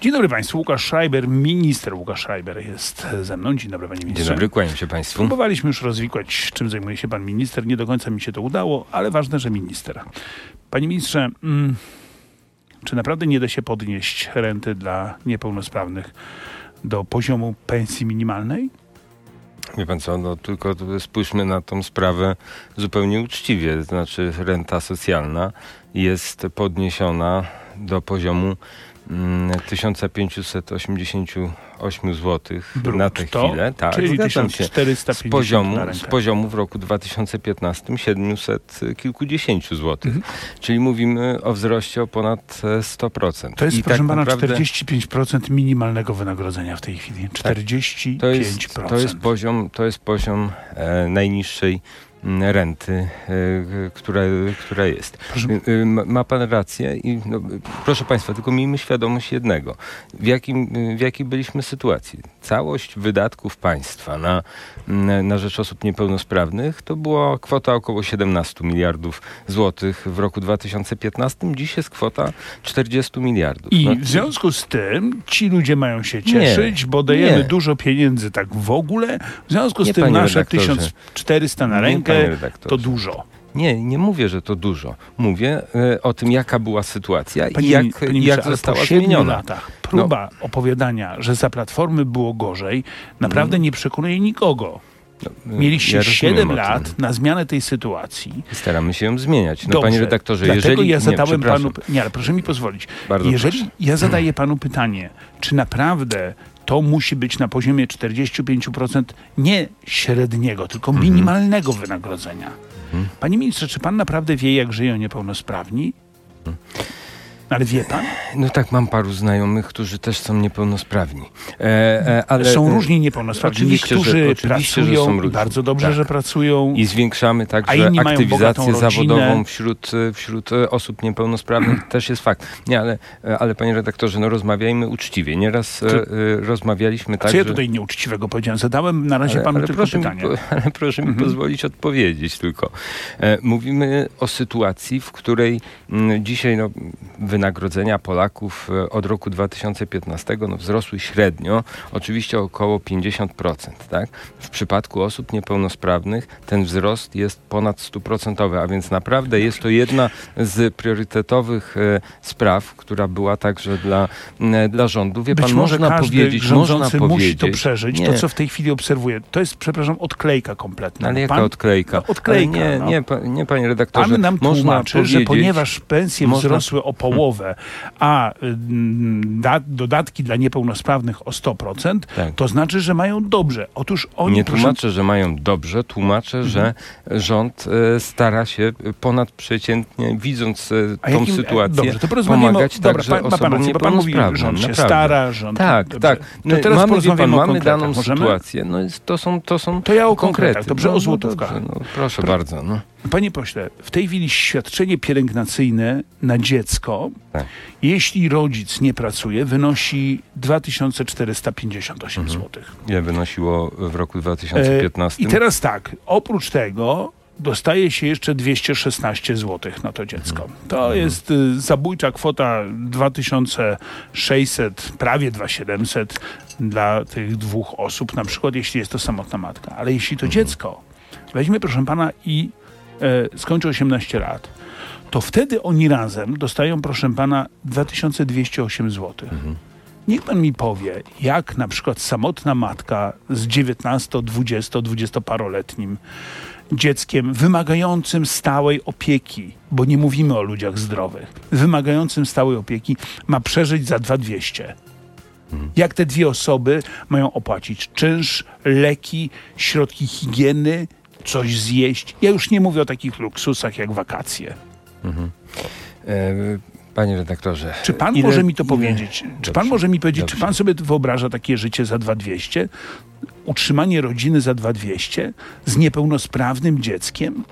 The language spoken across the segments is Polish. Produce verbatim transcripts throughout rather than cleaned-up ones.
Dzień dobry Państwu, Łukasz Schreiber, minister Łukasz Schreiber jest ze mną. Dzień dobry Panie Ministrze. Dzień dobry, kłaniam się Państwu. Próbowaliśmy już rozwikłać, czym zajmuje się Pan Minister. Nie do końca mi się to udało, ale ważne, że minister. Panie Ministrze, mm, czy naprawdę nie da się podnieść renty dla niepełnosprawnych do poziomu pensji minimalnej? Wie Pan co, no tylko spójrzmy na tą sprawę zupełnie uczciwie. Znaczy renta socjalna jest podniesiona do poziomu mm, tysiąc pięćset osiemdziesiąt osiem złotych Brutto, na tę chwilę. Tak, czyli zgadzam się. tysiąc czterysta pięćdziesiąt z poziomu, na rękę. z poziomu w roku dwa tysiące piętnastym siedemset kilkudziesięciu złotych. Mhm. Czyli mówimy o wzroście o ponad sto procent. To jest, I proszę tak pana, naprawdę czterdzieści pięć procent minimalnego wynagrodzenia w tej chwili. czterdzieści pięć procent. To jest, to jest poziom, to jest poziom e, najniższej renty, e, która, która jest. E, ma, ma pan rację i no, proszę Państwa, tylko miejmy świadomość jednego. W, jakim, w jakiej byliśmy sytuacji? Całość wydatków państwa na, na rzecz osób niepełnosprawnych to była kwota około siedemnaście miliardów złotych w roku dwa tysiące piętnastym. Dziś jest kwota czterdzieści miliardów. I no, w związku z tym ci ludzie mają się cieszyć, nie, bo dajemy nie. dużo pieniędzy tak w ogóle. W związku z Nie, tym panie nasze redaktorze. tysiąc czterysta na Nie, rękę panie redaktorze. to dużo. Nie, nie mówię, że to dużo. Mówię e, o tym, jaka była sytuacja Panie, i jak, panie jak ministrze, ale została po siedmiu zmieniona. latach próba no. opowiadania, że za Platformy było gorzej, naprawdę nie przekonuje nikogo. No, Mieliście ja siedem rozumiem o lat tym. na zmianę tej sytuacji. Staramy się ją zmieniać. No, Dobrze, panie redaktorze, dlatego jeżeli... ja nie, zadałem panu... przepraszam. Nie, ale proszę mi pozwolić. Bardzo Jeżeli proszę. ja zadaję panu pytanie, czy naprawdę to musi być na poziomie czterdzieści pięć procent nie średniego, tylko minimalnego mhm. wynagrodzenia. Mhm. Panie ministrze, czy pan naprawdę wie, jak żyją niepełnosprawni? Mhm. Ale wie pan? No tak, mam paru znajomych, którzy też są niepełnosprawni. E, e, ale, są różni niepełnosprawni. Oczywiście, Niektórzy że, oczywiście, pracują że są i różni. bardzo dobrze, tak. że pracują. I zwiększamy także a inni mają aktywizację bogatą zawodową rodzinę. wśród, wśród osób niepełnosprawnych. Też jest fakt. Nie, ale, ale panie redaktorze, no rozmawiajmy uczciwie. Nieraz e, rozmawialiśmy tak, Co ja że... tutaj nieuczciwego powiedziałem? Zadałem na razie ale, panu ale tylko proszę pytanie. Mi, ale proszę mi mhm. pozwolić odpowiedzieć tylko. E, mówimy o sytuacji, w której m, dzisiaj no, wynagrodzenia Polaków od roku dwa tysiące piętnastego no, wzrosły średnio, oczywiście około pięćdziesiąt procent. Tak? W przypadku osób niepełnosprawnych ten wzrost jest ponad stuprocentowy, a więc naprawdę jest to jedna z priorytetowych e, spraw, która była także dla, e, dla rządu. Wie Być pan, może można każdy powiedzieć, rządzący można musi powiedzieć, to przeżyć. nie. To, co w tej chwili obserwuję, to jest, przepraszam, odklejka kompletna. Ale jaka pan, odklejka? No, odklejka. Ale nie, no. nie, pa, nie, panie redaktorze. Pan nam można tłumaczy, że ponieważ pensje można- wzrosły o połowę, a y, da, dodatki dla niepełnosprawnych o sto procent, Tak. to znaczy, że mają dobrze. Otóż oni... Nie proszę, tłumaczę, że mają dobrze, tłumaczę, Mhm. że rząd e, stara się ponadprzeciętnie, widząc e, A tą jakim- sytuację, dobrze, to porozmawiamy o- pomagać dobra, także pan- ma pan osobom rację, bo pan mówi, niepełnosprawnym. rząd się naprawdę. stara, rząd- Tak, dobrze. tak. To No, teraz mamy, wie porozmawiamy pan, o mamy konkretach, daną możemy? sytuację. No, jest- to, są, to są To ja o konkrety. konkretach, dobrze, o złotówkach. dobrze, no, proszę bardzo. No. Panie pośle, w tej chwili świadczenie pielęgnacyjne na dziecko, Tak. jeśli rodzic nie pracuje, wynosi dwa tysiące czterysta pięćdziesiąt osiem Mhm. złotych. Ile wynosiło w roku dwa tysiące piętnastym? I teraz tak, oprócz tego dostaje się jeszcze dwieście szesnaście złotych na to dziecko. To Mhm. jest y, zabójcza kwota dwa tysiące sześćset, prawie dwa tysiące siedemset dla tych dwóch osób, na przykład jeśli jest to samotna matka. Ale jeśli to Mhm. dziecko weźmie, proszę pana, i e, skończy osiemnaście lat, to wtedy oni razem dostają, proszę pana, dwa tysiące dwieście osiem złotych. Mhm. Niech pan mi powie, jak na przykład samotna matka z dziewiętnasto, dwudziesto, dwudziestoparoletnim dzieckiem wymagającym stałej opieki, bo nie mówimy o ludziach zdrowych, wymagającym stałej opieki ma przeżyć za dwa tysiące dwieście. Mhm. Jak te dwie osoby mają opłacić czynsz, leki, środki higieny, coś zjeść? Ja już nie mówię o takich luksusach jak wakacje. Mhm. E, Panie redaktorze. Czy pan ile- może mi to ile- powiedzieć? Czy Dobrze, pan może mi powiedzieć, dobrze. czy pan sobie wyobraża takie życie za dwa tysiące dwieście? Utrzymanie rodziny za dwa tysiące dwieście? Z niepełnosprawnym dzieckiem?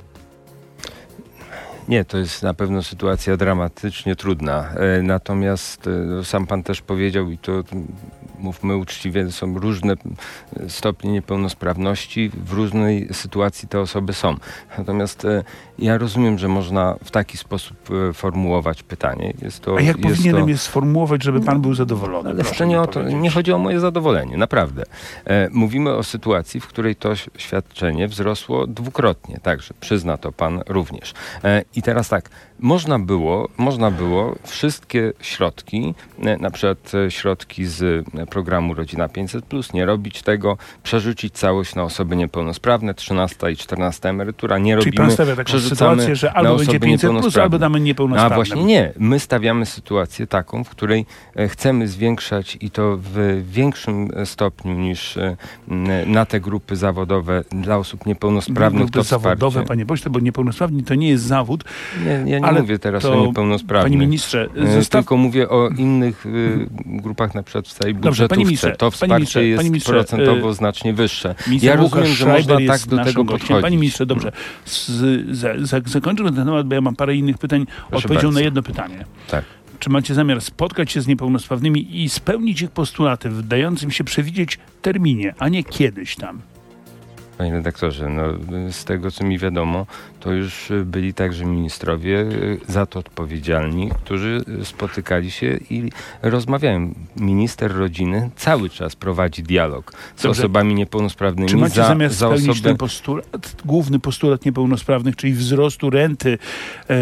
Nie, to jest na pewno sytuacja dramatycznie trudna. E, natomiast e, sam pan też powiedział i to mówmy uczciwie, są różne stopnie niepełnosprawności, w różnej sytuacji te osoby są. Natomiast e, ja rozumiem, że można w taki sposób e, formułować pytanie. Jest to, A jak jest powinienem to... je sformułować, żeby pan był zadowolony? Ale to nie, o to, nie chodzi o moje zadowolenie, naprawdę. E, mówimy o sytuacji, w której to świadczenie wzrosło dwukrotnie, także przyzna to pan również. E, I teraz tak, można było, można było wszystkie środki, e, na przykład e, środki z programu Rodzina pięćset plus, nie robić tego, przerzucić całość na osoby niepełnosprawne, trzynasta i czternasta emerytura, nie Czyli robimy, pan stawia taką sytuację, że albo będzie pięćset plus, albo damy niepełnosprawnym. A właśnie nie, my stawiamy sytuację taką, w której e, chcemy zwiększać i to w większym stopniu niż e, na te grupy zawodowe dla osób niepełnosprawnych. Grupy zawodowe, panie pośle, bo niepełnosprawni to nie jest zawód. Nie, ja nie ale mówię teraz to, o niepełnosprawnych. Panie ministrze, zostaw... tylko mówię o innych y, grupach, na przykład w całej budżetówce. Panie ministrze, to wsparcie ministrze, jest ministrze, procentowo y, znacznie wyższe. Ja rozumiem, że można tak do tego gościem. podchodzić. Panie ministrze, dobrze. Z, z, z, zakończymy ten temat, bo ja mam parę innych pytań. Proszę Odpowiedzią bardzo. na jedno pytanie. Tak. Czy macie zamiar spotkać się z niepełnosprawnymi i spełnić ich postulaty w dającym się przewidzieć terminie, a nie kiedyś tam? Panie redaktorze, no, z tego co mi wiadomo, to już byli także ministrowie za to odpowiedzialni, którzy spotykali się i rozmawiają. Minister rodziny cały czas prowadzi dialog z Dobrze. osobami niepełnosprawnymi. Czy macie za, zamiar za spełnić osoby... ten postulat, główny postulat niepełnosprawnych, czyli wzrostu renty, e,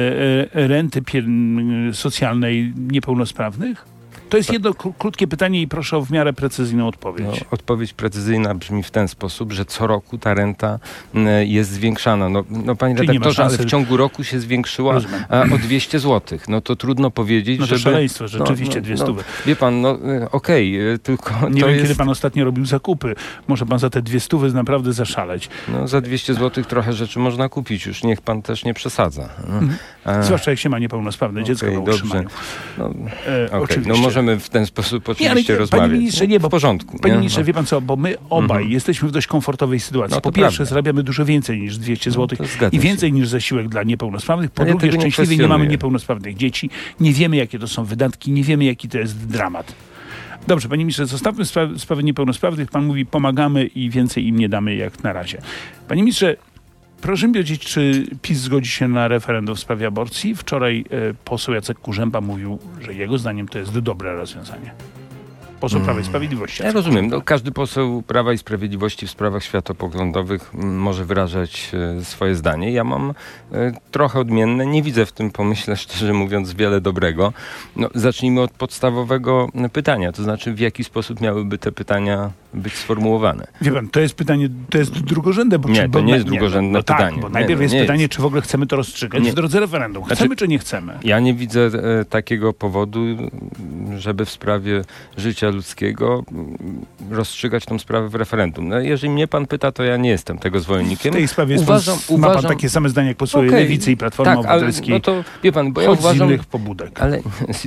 e, renty pier- socjalnej niepełnosprawnych? To jest jedno k- krótkie pytanie i proszę o w miarę precyzyjną odpowiedź. No, odpowiedź precyzyjna brzmi w ten sposób, że co roku ta renta y, jest zwiększana. No, no panie Czyli nie ma redaktorze, ale szansy. w ciągu roku się zwiększyła a, o dwieście złotych. No to trudno powiedzieć, No to żeby... szaleństwo, rzeczywiście, no, dwie no, stówy. Wie pan, no y, okej, okay, tylko Nie to wiem, jest... kiedy pan ostatnio robił zakupy. Może pan za te dwie stówy naprawdę zaszaleć. No za dwieście złotych trochę rzeczy można kupić. Już niech pan też nie przesadza. No, Mhm. a, Zwłaszcza jak się ma niepełnosprawne okay, dziecko na utrzymaniu. No, E, okay. oczywiście. no możemy w ten sposób oczywiście nie, rozmawiać. Panie ministrze, nie, bo, w porządku. Panie nie? ministrze, no. wie pan co, bo my obaj Mhm. jesteśmy w dość komfortowej sytuacji. No, Po to pierwsze, prawda. zarabiamy dużo więcej niż dwieście złotych No, to zgadzam i więcej się. niż zasiłek dla niepełnosprawnych. Po Ale ja drugie, tego nie szczęśliwie nie mamy kwestionuję. niepełnosprawnych dzieci. Nie wiemy, jakie to są wydatki, nie wiemy, jaki to jest dramat. Dobrze, panie ministrze, zostawmy sprawy, sprawy niepełnosprawnych. Pan mówi, pomagamy i więcej im nie damy jak na razie. Panie ministrze, proszę mi powiedzieć, czy PiS zgodzi się na referendum w sprawie aborcji? Wczoraj e, poseł Jacek Kurzępa mówił, że jego zdaniem to jest dobre rozwiązanie. Poseł Prawa i Sprawiedliwości. Ja rozumiem. No, każdy poseł Prawa i Sprawiedliwości w sprawach światopoglądowych m, może wyrażać e, swoje zdanie. Ja mam e, trochę odmienne. Nie widzę w tym pomyśle, szczerze mówiąc, wiele dobrego. No, zacznijmy od podstawowego pytania. To znaczy, w jaki sposób miałyby te pytania być sformułowane? Wie pan, to jest pytanie, to jest drugorzędne. Bo Nie, czy, to bo, nie jest no, drugorzędne no, no pytanie. Tak, bo Nie, najpierw no, jest nie pytanie, jest. czy w ogóle chcemy to rozstrzygać Nie. w drodze referendum. Chcemy, Znaczy, czy nie chcemy? Ja nie widzę e, takiego powodu, żeby w sprawie życia ludzkiego m, rozstrzygać tą sprawę w referendum. No, jeżeli mnie pan pyta, to ja nie jestem tego zwolennikiem. W tej sprawie uważam, jest pan, ma pan uważam, takie same zdanie jak posłowie okay, Lewicy i Platformy tak, ale, Obywatelskiej. no to wie pan, bo ja Choć uważam... z innych pobudek. Ale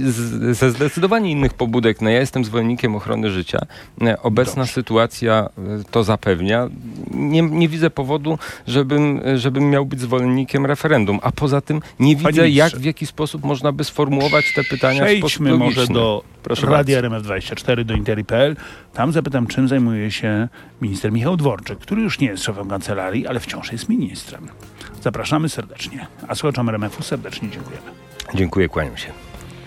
z, ze zdecydowanie innych pobudek. No ja jestem zwolennikiem ochrony życia. Obecna Dobrze. sytuacja to zapewnia. Nie, nie widzę powodu, żebym, żebym miał być zwolennikiem referendum. A poza tym nie Panie widzę, jak, ministrze, w jaki sposób można by sformułować te pytania w sposób Przejdźmy logiczny. może do Proszę Radia bardzo. R M F dwadzieścia cztery, do Interi kropka p l. Tam zapytam, czym zajmuje się minister Michał Dworczyk, który już nie jest szefem kancelarii, ale wciąż jest ministrem. Zapraszamy serdecznie. A słuchaczom R M F u serdecznie dziękujemy. Dziękuję, kłaniam się.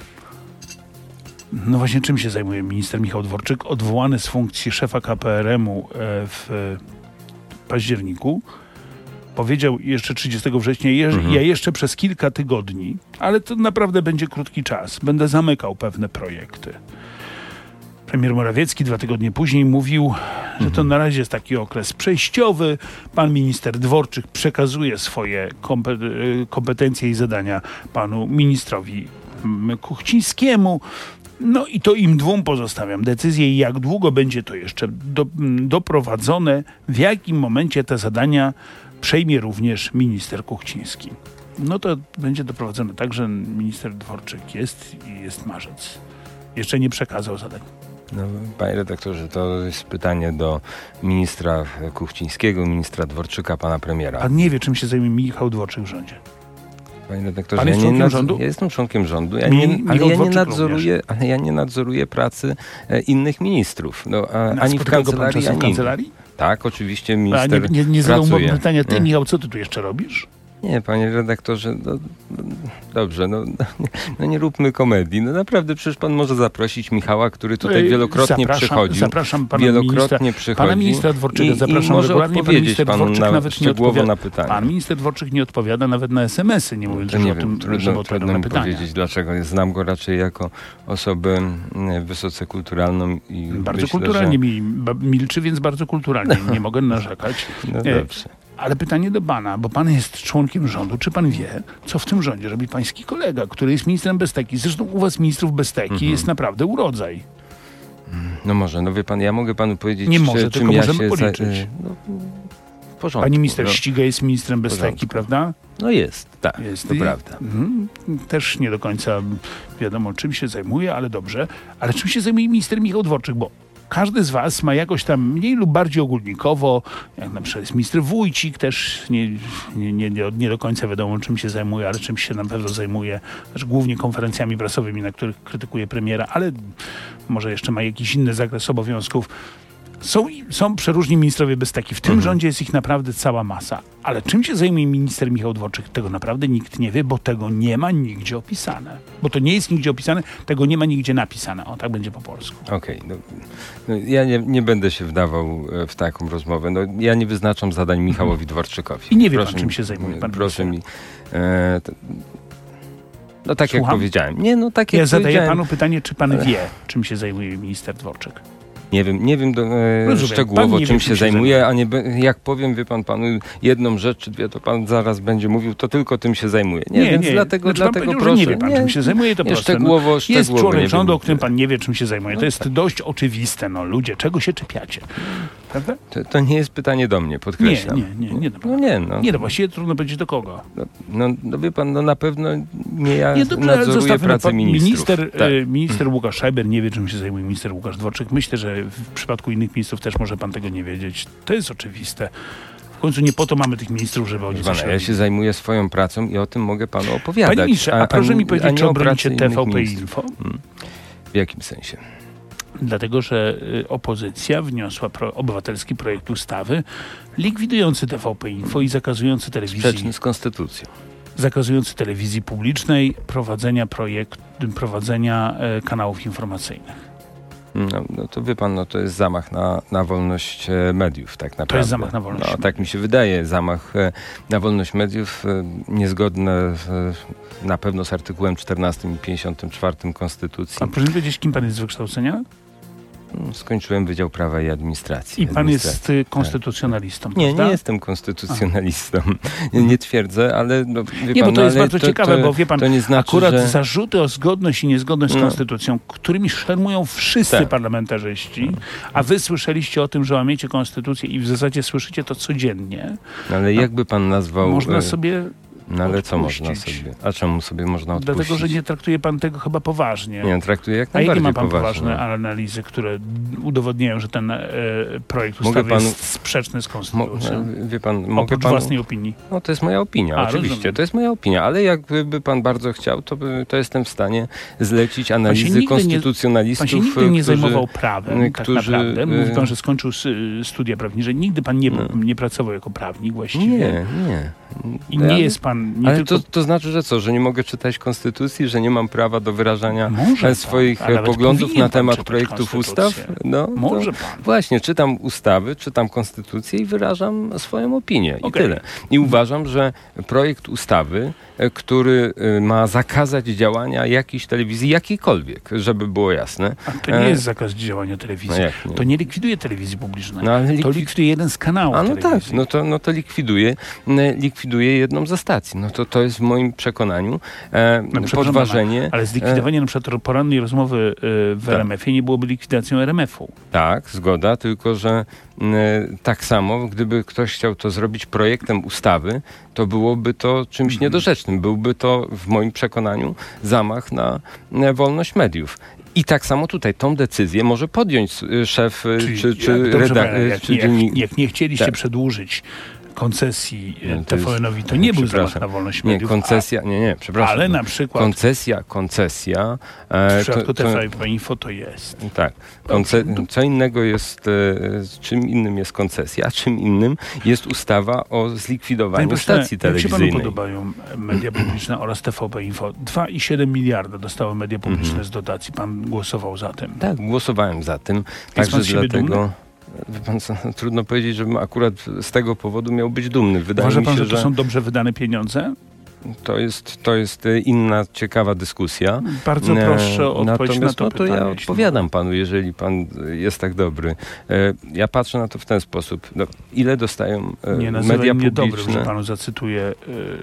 No właśnie, czym się zajmuje minister Michał Dworczyk? Odwołany z funkcji szefa K P R M u w październiku. Powiedział jeszcze trzydziestego września, je, Mhm. ja jeszcze przez kilka tygodni, ale to naprawdę będzie krótki czas, będę zamykał pewne projekty. Premier Morawiecki dwa tygodnie później mówił, że to na razie jest taki okres przejściowy. Pan minister Dworczyk przekazuje swoje kompe- kompetencje i zadania panu ministrowi Kuchcińskiemu. No i to im dwóm pozostawiam decyzję, jak długo będzie to jeszcze do, doprowadzone, w jakim momencie te zadania przejmie również minister Kuchciński. No to będzie doprowadzone tak, że minister Dworczyk jest i jest marzec. Jeszcze nie przekazał zadań. No, panie redaktorze, to jest pytanie do ministra Kuchcińskiego, ministra Dworczyka, pana premiera. Pan nie wie, czym się zajmie Michał Dworczyk w rządzie. Panie redaktorze, Pan ja, jest nie członkiem nadz- rządu? ja jestem członkiem rządu, ja Mi- nie, Michał ale, ja nie Dworczyk nadzoruję, ale ja nie nadzoruję pracy e, innych ministrów. No, a, No, ani w spotyka go pan kancelarii, czasem w ani kancelarii? Tak, oczywiście A minister nie, nie, nie zadał pracuje. pytania, ty Nie. Michał, co ty tu jeszcze robisz? Nie, panie redaktorze, no, no, dobrze, no, no nie róbmy komedii. No naprawdę, przecież pan może zaprosić Michała, który tutaj Ej, wielokrotnie zapraszam, przychodził. Zapraszam pana wielokrotnie ministra, przychodzi. pana ministra Dworczyka, i, zapraszam i może regularnie. Pan odpowiedzieć minister panu Dworczyk na, nawet nie szczegółowo odpowiada. na pytania. Pan minister Dworczyk nie odpowiada nawet na es em esy, nie mówiąc To już nie o wiem, tym, trudno, żeby odpowiadał trudno na mi pytania. powiedzieć dlaczego. Znam go raczej jako osobę mm, wysoce kulturalną i Bardzo myślę, kulturalnie że... mi ba- milczy, więc bardzo kulturalnie. Nie mogę narzekać. No E, dobrze. Ale pytanie do pana, bo pan jest członkiem rządu. Czy pan wie, co w tym rządzie robi pański kolega, który jest ministrem bez teki? Zresztą u was ministrów bez teki Mhm. jest naprawdę urodzaj. No może, no wie pan, ja mogę panu powiedzieć, Nie czy, może, czym tylko ja możemy się policzyć. Za, no, w porządku. Pani minister no, Ściga jest ministrem bez porządku. teki, prawda? no jest, tak, Jest. to I- prawda. Mhm. Też nie do końca wiadomo, czym się zajmuje, ale dobrze. Ale czym się zajmuje minister Michał Dworczyk? Bo każdy z was ma jakoś tam mniej lub bardziej ogólnikowo, jak na przykład jest minister Wójcik, też nie, nie, nie, nie do końca wiadomo, czym się zajmuje, ale czym się na pewno zajmuje, znaczy głównie konferencjami prasowymi, na których krytykuje premiera, ale może jeszcze ma jakiś inny zakres obowiązków. Są, są przeróżni ministrowie bez teki. W tym Mhm. rządzie jest ich naprawdę cała masa. Ale czym się zajmuje minister Michał Dworczyk? Tego naprawdę nikt nie wie, bo tego nie ma nigdzie opisane. Bo to nie jest nigdzie opisane, tego nie ma nigdzie napisane. O, tak będzie po polsku. Okej, no, no, ja nie, nie będę się wdawał e, w taką rozmowę. No, ja nie wyznaczam zadań Michałowi Dworczykowi. I nie wie pan, Proszę czym mi- się zajmuje pan Proszę minister. mi... E, to, no tak jak Słucham? powiedziałem. Nie, no tak jak Ja zadaję powiedziałem. panu pytanie, czy pan wie, czym się zajmuje minister Dworczyk? Nie wiem, nie wiem do, e, Rozumiem. szczegółowo, Pan nie czym wie, się czym się zajmuje, zajmuje. a nie be, jak powiem, wie pan panu jedną rzecz czy dwie, to pan zaraz będzie mówił, to tylko tym się zajmuje. Nie, więc dlatego, Znaczy, pan dlatego powiedział, proszę. że nie wie pan, czym się zajmuje, to nie, proste. szczegółowo, No, szczegółowo jest członek nie rządu, wiem. o którym pan nie wie, czym się zajmuje. To jest dość oczywiste. No ludzie, czego się czepiacie? Prawda? To, to nie jest pytanie do mnie, Nie, podkreślam. nie, nie, nie do No pana. nie, no. Nie, no właściwie trudno powiedzieć do kogo. No, no, no wie pan, no na pewno nie ja Nie, dobrze, ale nadzoruję zostawmy pracę pan- ministrów. minister, Tak. e, minister Łukasz Schreiber nie wie, czym się zajmuje minister Łukasz Dworczyk. Myślę, że w przypadku innych ministrów też może pan tego nie wiedzieć. To jest oczywiste. W końcu nie po to mamy tych ministrów, żeby oni Proszę coś pana, ja robili. się zajmuję swoją pracą i o tym mogę panu opowiadać. Panie ministrze, a, proszę mi powiedzieć, nie czy o pracy obronicie innych T V P ministrów. Info? W jakim sensie? Dlatego, że y, opozycja wniosła pro, obywatelski projekt ustawy likwidujący T V P Info i zakazujący telewizji, Sprzeczny z konstytucją. zakazujący telewizji publicznej prowadzenia projekt, prowadzenia e, kanałów informacyjnych. No, no to wie pan, no to jest zamach na, na wolność e, mediów, tak naprawdę. To jest zamach na wolność No, mediów. tak mi się wydaje. Zamach e, na wolność mediów, e, niezgodne e, na pewno z artykułem czternastym i pięćdziesiątym czwartym Konstytucji. A proszę mi powiedzieć, kim pan jest z wykształcenia? Skończyłem Wydział Prawa i Administracji. I pan Administracji. jest y, konstytucjonalistą, Nie, prawda? nie jestem konstytucjonalistą. Nie, nie twierdzę, ale no, wie Nie, pan, bo to no, jest ale bardzo ciekawe, bo wie pan, to nie znaczy, akurat że... zarzuty o zgodność i niezgodność z No. konstytucją, którymi szermują wszyscy Tak. parlamentarzyści, a wy słyszeliście o tym, że łamiecie konstytucję i w zasadzie słyszycie to codziennie, No, ale jakby pan nazwał... można e, sobie... No ale co odpuścić. można sobie? A czemu sobie można odpuścić? Dlatego, że nie traktuje pan tego chyba poważnie. Nie, traktuję jak A jakie najbardziej ma pan poważnie. poważne analizy, które udowodniają, że ten e, projekt Mogę ustawy panu- jest sprzeczny z Mo, konstytucją? wie pan, mogę Oprócz panu... własnej opinii. No to jest moja opinia, A, oczywiście, rozumiem. to jest moja opinia, ale jakby pan bardzo chciał, to, by, to jestem w stanie zlecić się analizy nigdy nie- konstytucjonalistów, Pan się nigdy nie którzy... zajmował prawem, tak którzy, naprawdę. Mówi y- pan, że skończył s- studia prawnicze. Nigdy pan nie, No. nie pracował jako prawnik właściwie. Nie, nie. I nie Ale- jest pan nie Ale tylko... to, to znaczy, że co, że nie mogę czytać konstytucji, że nie mam prawa do wyrażania Może e, pan, swoich a e, nawet poglądów powinien na pan temat czytać projektów konstytucję. ustaw? No, to Może pan. właśnie, czytam ustawy, czytam konstytucję i wyrażam swoją opinię. I Okej. tyle. I uważam, że projekt ustawy, e, który e, ma zakazać działania jakiejś telewizji, jakiejkolwiek, żeby było jasne. A to nie E, jest zakaz działania telewizji. No jak nie? To nie likwiduje telewizji publicznej. No, ale To likwi- likwiduje jeden z kanałów A no telewizji. tak, no to, no to likwiduje, n- likwiduje jedną ze stacji. No to to jest w moim przekonaniu e, No, przepraszam podważenie. Ale zlikwidowanie na przykład porannej rozmowy y, w Tak. R M F ie nie byłoby likwidacją R M F u. Tak, zgoda, tylko że n, tak samo, gdyby ktoś chciał to zrobić projektem ustawy, to byłoby to czymś Mhm. niedorzecznym. Byłby to w moim przekonaniu zamach na n, wolność mediów. I tak samo tutaj tą decyzję może podjąć y, szef y, Czyli, czy, czy, jak, dobrze reda- pana, jak, czy nie, dziennik. jak, jak nie chcieliście Tak. przedłużyć koncesji Nie, to T V N-owi, to jest- nie był przepraszam. zamach na wolność Nie, mediów. koncesja, nie, nie, a, przepraszam. ale no. na przykład Koncesja, koncesja. w e, przypadku to- T to- V P Info to jest. Tak. Konce- Dobrze. co innego jest, e, czym innym jest koncesja, a czym innym jest ustawa o Panie zlikwidowaniu pośle, stacji jak się panu telewizyjnej. podobają media publiczne oraz T V P Info? dwa i siedem miliarda dostały media publiczne Mhm. z dotacji. Pan głosował za tym. Tak, głosowałem za tym. pan Także z siebie dlatego. Wie pan co, trudno powiedzieć, żebym akurat z tego powodu miał być dumny. Wydaje Uważa mi pan, się, że to są dobrze wydane pieniądze? to jest, to jest e, inna ciekawa dyskusja. Bardzo E, proszę o odpowiedź na Natomiast to no to pytanie. ja jeśli odpowiadam panu, jeżeli pan e, jest tak dobry. E, Ja patrzę na to w ten sposób. No, ile dostają e, Nie nazywaj media mnie dobrym, że publiczne? panu zacytuję.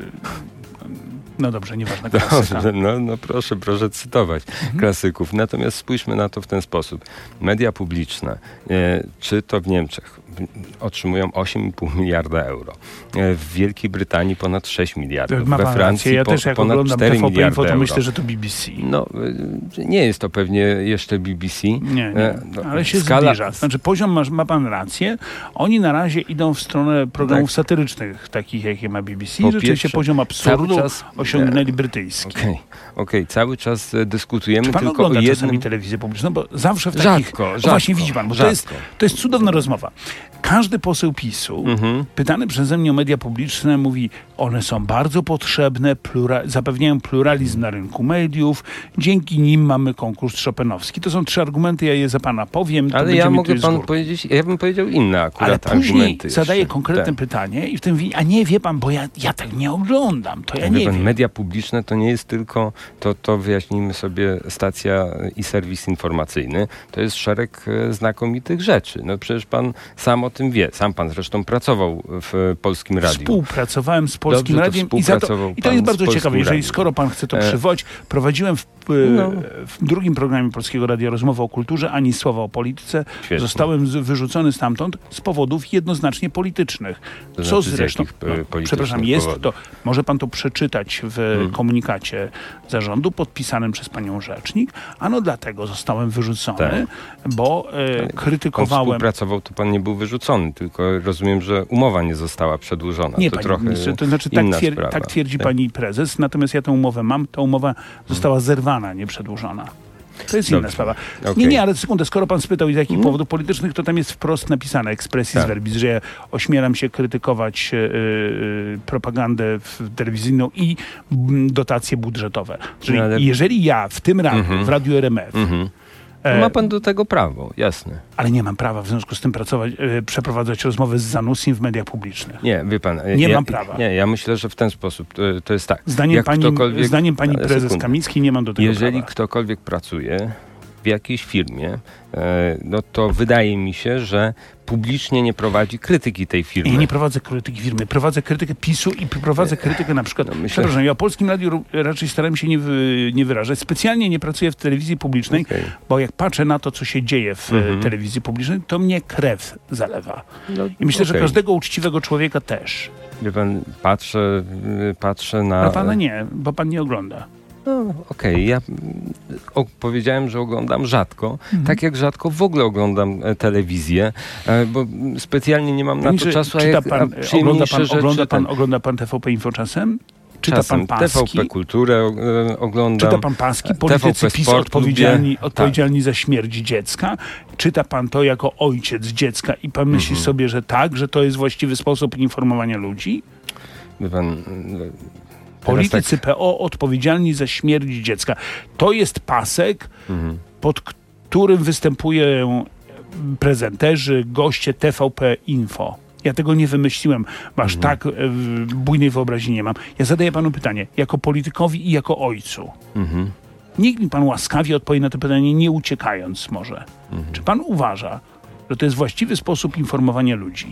Yy, no dobrze, nieważne, klasyka. Dobrze, no, no proszę, proszę cytować Mhm. klasyków. Natomiast spójrzmy na to w ten sposób. Media publiczne, e, czy to w Niemczech, m, otrzymują osiem i pół miliarda euro. E, w Wielkiej Brytanii ponad sześć miliardów. Ma We pan Francji rację. Ja po, też jak ponad oglądam cztery T V P miliardy Info, to euro. myślę, że to B B C. No, e, nie jest to pewnie jeszcze B B C. Nie, nie, E, no, ale się skala- zbliża. Znaczy poziom, ma, ma pan rację, oni na razie idą w stronę programów Tak. satyrycznych, takich jakie ma B B C. Po Rzeczywiście pierwsze, poziom absurdu cały czas- osiągnęli brytyjski. Okej, okej, cały czas e, dyskutujemy Czy pan tylko o ogląda czasami jednym... telewizję publiczną? Bo zawsze w takich... Rzadko, O, rzadko. właśnie widzi pan, bo to jest, rzadko. to jest cudowna rozmowa. Każdy poseł PiSu, Mhm. pytany przeze mnie o media publiczne, mówi, one są bardzo potrzebne, plura, zapewniają pluralizm na rynku mediów, dzięki nim mamy konkurs chopinowski. To są trzy argumenty, ja je za pana powiem. to Ale będziemy ja tu mogę z panu góry. powiedzieć, ja bym powiedział inne Ale akurat później argumenty. zadaję jeszcze. konkretne Tak. pytanie i w tym mówi, a nie, wie pan, bo ja, ja tak nie oglądam, to ja Wie nie pan, wiem. media publiczne to nie jest tylko, to, to wyjaśnijmy sobie, stacja i serwis informacyjny. To jest szereg e, znakomitych rzeczy. No przecież pan sam o tym wie. Sam pan zresztą pracował w Polskim Radiu. Współpracowałem z Polskim Dobrze, to Radiem i, za to, współpracował i to pan jest z bardzo Polskim ciekawe, jeżeli Radiem. skoro pan chce to E, przywołać, prowadziłem w, e, No. w drugim programie Polskiego Radia rozmowę o kulturze, ani słowa o polityce. Świetnie. Zostałem z, wyrzucony stamtąd z powodów jednoznacznie politycznych. To Co znaczy z zresztą, jakich, e, politycznych przepraszam, jest powodów? to, może pan to przeczytać w Hmm. komunikacie zarządu podpisanym przez panią rzecznik. Ano dlatego zostałem wyrzucony, Tak. bo e, Pan krytykowałem... współpracował, to pan nie był wyrzucony, tylko rozumiem, że umowa nie została przedłużona. Nie, to panie trochę ministrze, to znaczy tak, inna twier- sprawa. tak twierdzi Tak. pani prezes, natomiast ja tę umowę mam, ta umowa została zerwana, nie przedłużona. To jest inna Dobrze. sprawa. Okej. Nie, nie, ale sekundę, skoro pan spytał z jakich Mhm. powodów politycznych, to tam jest wprost napisane expressis Tak. verbis, że ja ośmielam się krytykować e, e, propagandę w- telewizyjną i mm, dotacje budżetowe. Czyli No, ale- jeżeli ja w tym radiu, Mhm. w Radiu R M F, Mhm. e, No ma pan do tego prawo, jasne. ale nie mam prawa w związku z tym pracować, e, przeprowadzać rozmowy z Zanusim w mediach publicznych. Nie, wie pan. Nie ja, mam prawa. Nie, ja myślę, że w ten sposób to, to jest tak. Zdaniem Jak pani, ktokolwiek- zdaniem pani ale prezes sekundę. Kamińskiej nie mam do tego Jeżeli prawa. ktokolwiek pracuje w jakiejś firmie, e, no to wydaje mi się, że publicznie nie prowadzi krytyki tej firmy. Ja nie prowadzę krytyki firmy, prowadzę krytykę PiSu i prowadzę krytykę na przykład, No myślę- przepraszam, ja o Polskim Radiu ru- raczej staram się nie, wy, nie wyrażać. Specjalnie nie pracuję w telewizji publicznej, Okej. bo jak patrzę na to, co się dzieje w e, Mhm. telewizji publicznej, to mnie krew zalewa. No, I myślę, że okej. każdego uczciwego człowieka też. Wie pan, patrzę, y, patrzę na... A pana nie, bo pan nie ogląda. No, okej, ja mm, o, powiedziałem, że oglądam rzadko, Mhm. tak jak rzadko w ogóle oglądam e, telewizję, e, bo mm, specjalnie nie mam na Panie, to że czasu, a czyta jak pan, a ogląda przyjemniejsze pan, rzeczy... ogląda pan, ten- ogląda pan T V P Info czasem? Czyta czasem pan paski? T V P Kulturę o, e, oglądam. Czyta pan paski? T V P Politycy PiS Sport odpowiedzialni, lubię. odpowiedzialni za śmierć dziecka. Czyta pan to jako ojciec dziecka i pan myśli Mhm. sobie, że tak, że to jest właściwy sposób informowania ludzi? Wie pan, mm, teraz Politycy tak, P O odpowiedzialni za śmierć dziecka. To jest pasek, mhm. pod którym występują prezenterzy, goście T V P Info. Ja tego nie wymyśliłem, bo aż Mhm. tak e, w- bujnej wyobraźni nie mam. Ja zadaję panu pytanie, jako politykowi i jako ojcu. Mhm. Niech mi pan łaskawie odpowie na to pytanie, nie uciekając może. Mhm. Czy pan uważa, że to jest właściwy sposób informowania ludzi?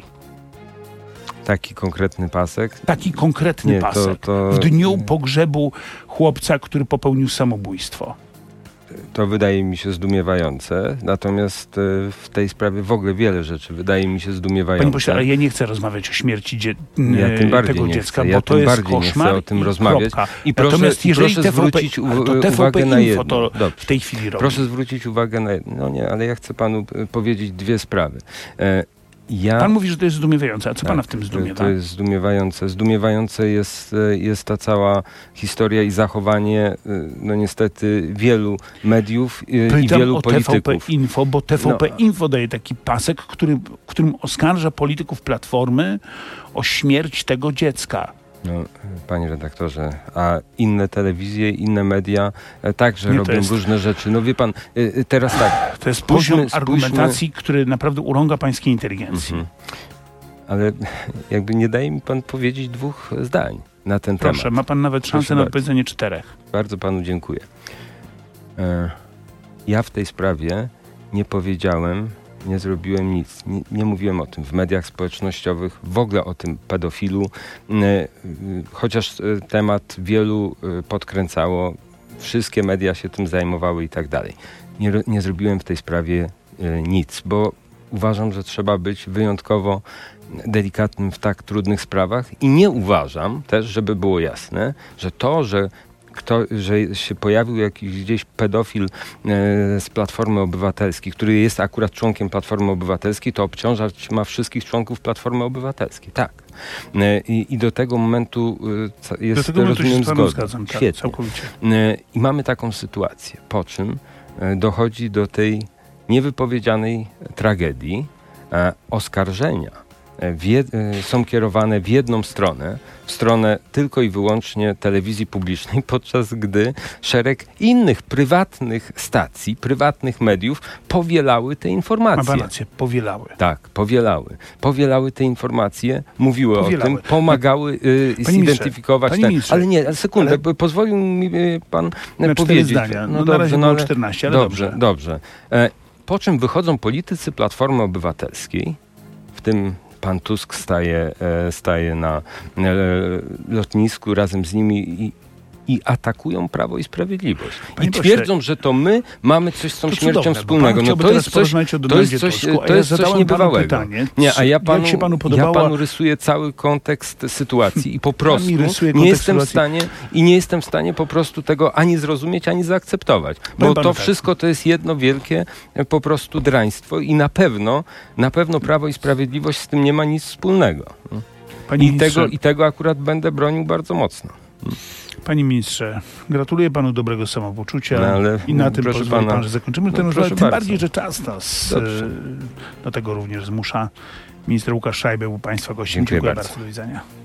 Taki konkretny pasek. Taki konkretny Nie, to- pasek. to- W dniu pogrzebu chłopca, który popełnił samobójstwo. To wydaje mi się zdumiewające, natomiast e, w tej sprawie w ogóle wiele rzeczy wydaje mi się zdumiewające. Panie pośle, ale ja nie chcę rozmawiać o śmierci dzie- Ja tym bardziej tego nie dziecka, chcę. Ja bo to tym jest bardziej nie koszmar chcę o tym i rozmawiać. kropka. I proszę, Natomiast i jeżeli proszę T V P, zwrócić u- ale to T V P uwagę na Info jedno. to Dobrze. w tej chwili robi. Proszę zwrócić uwagę na jedno. No nie, ale ja chcę panu e, powiedzieć dwie sprawy. E, Ja, Pan mówi, że to jest zdumiewające. A co tak, pana w tym zdumiewa? To jest zdumiewające. Zdumiewające jest, jest ta cała historia i zachowanie, no niestety, wielu mediów i, i wielu o polityków. T V P Info, bo T V P No. Info daje taki pasek, który, którym oskarża polityków Platformy o śmierć tego dziecka. No, panie redaktorze, a inne telewizje, inne media e, także Nie, to robią jest- różne rzeczy. No wie pan, e, e, teraz tak, To jest Spójrzmy- poziom spójrzmy- argumentacji, który naprawdę urąga pańskiej inteligencji. mhm. ale jakby nie daje mi pan powiedzieć dwóch zdań na ten Proszę, temat. ma pan nawet szansę Proszę na bardzo. powiedzenie czterech. Bardzo panu dziękuję. E, ja w tej sprawie nie powiedziałem, nie zrobiłem nic. Nie, nie mówiłem o tym w mediach społecznościowych, w ogóle o tym pedofilu, e, e, chociaż e, temat wielu e, podkręcało, wszystkie media się tym zajmowały i tak dalej. Nie, ro- nie zrobiłem w tej sprawie e, nic, bo uważam, że trzeba być wyjątkowo delikatnym w tak trudnych sprawach i nie uważam też, żeby było jasne, że to, że kto, że się pojawił jakiś gdzieś pedofil e, z Platformy Obywatelskiej, który jest akurat członkiem Platformy Obywatelskiej, to obciążać ma wszystkich członków Platformy Obywatelskiej. Tak. E, i, I do tego momentu e, ca- jest, Do tego momentu się rozumiem, z panem zgodny. zgadzam, tak, Świetnie. całkowicie. E, I mamy taką sytuację, po czym e, dochodzi do tej niewypowiedzianej tragedii. E, oskarżenia e, w jed, e, są kierowane w jedną stronę, w stronę tylko i wyłącznie telewizji publicznej, podczas gdy szereg innych prywatnych stacji, prywatnych mediów powielały te Ma informacje. pan rację, powielały. Tak, powielały. Powielały te informacje, mówiły Powielały. o tym, pomagały y, Panie zidentyfikować ministrze, ten. panie ministrze, Ale nie, sekundę, ale- bo pozwolił mi y, pan y, Na cztery powiedzieć. zdania. No, na razie było ale- czternaście, ale dobrze. dobrze. Dobrze. E, po czym wychodzą politycy Platformy Obywatelskiej, w tym pan Tusk staje, e, staje na e, lotnisku razem z nimi i, i atakują Prawo i Sprawiedliwość. Panie I pośle, twierdzą, że to my mamy coś z tą To śmiercią cudowne, bo wspólnego. Pan No chciałby to teraz jest coś, porozmawiać o to Donaldzie jest coś, Tusku, a to ja jest coś zadałem panu niebywałego. pytanie, Nie, a ja jak panu, się panu ja podobała- panu rysuję cały kontekst sytuacji i po prostu mi rysuje nie kontekst jestem w sytuacji. stanie i nie jestem w stanie po prostu tego ani zrozumieć, ani zaakceptować. Bo Powiem panu to tak. wszystko to jest jedno wielkie e, po prostu draństwo i na pewno, na pewno Prawo i Sprawiedliwość z tym nie ma nic wspólnego. Panie I ministrze, tego, I tego akurat będę bronił bardzo mocno. Panie ministrze, gratuluję panu dobrego samopoczucia No, ale i na tym proszę pozwoli pana- pan, że zakończymy no, tę rozmowę. proszę Tym bardzo. bardziej, że czas nas Dobrze. e, do tego również zmusza. Minister Łukasz Szajba był państwa gościem. Dziękuję Dziękuję bardzo. bardzo. Do widzenia.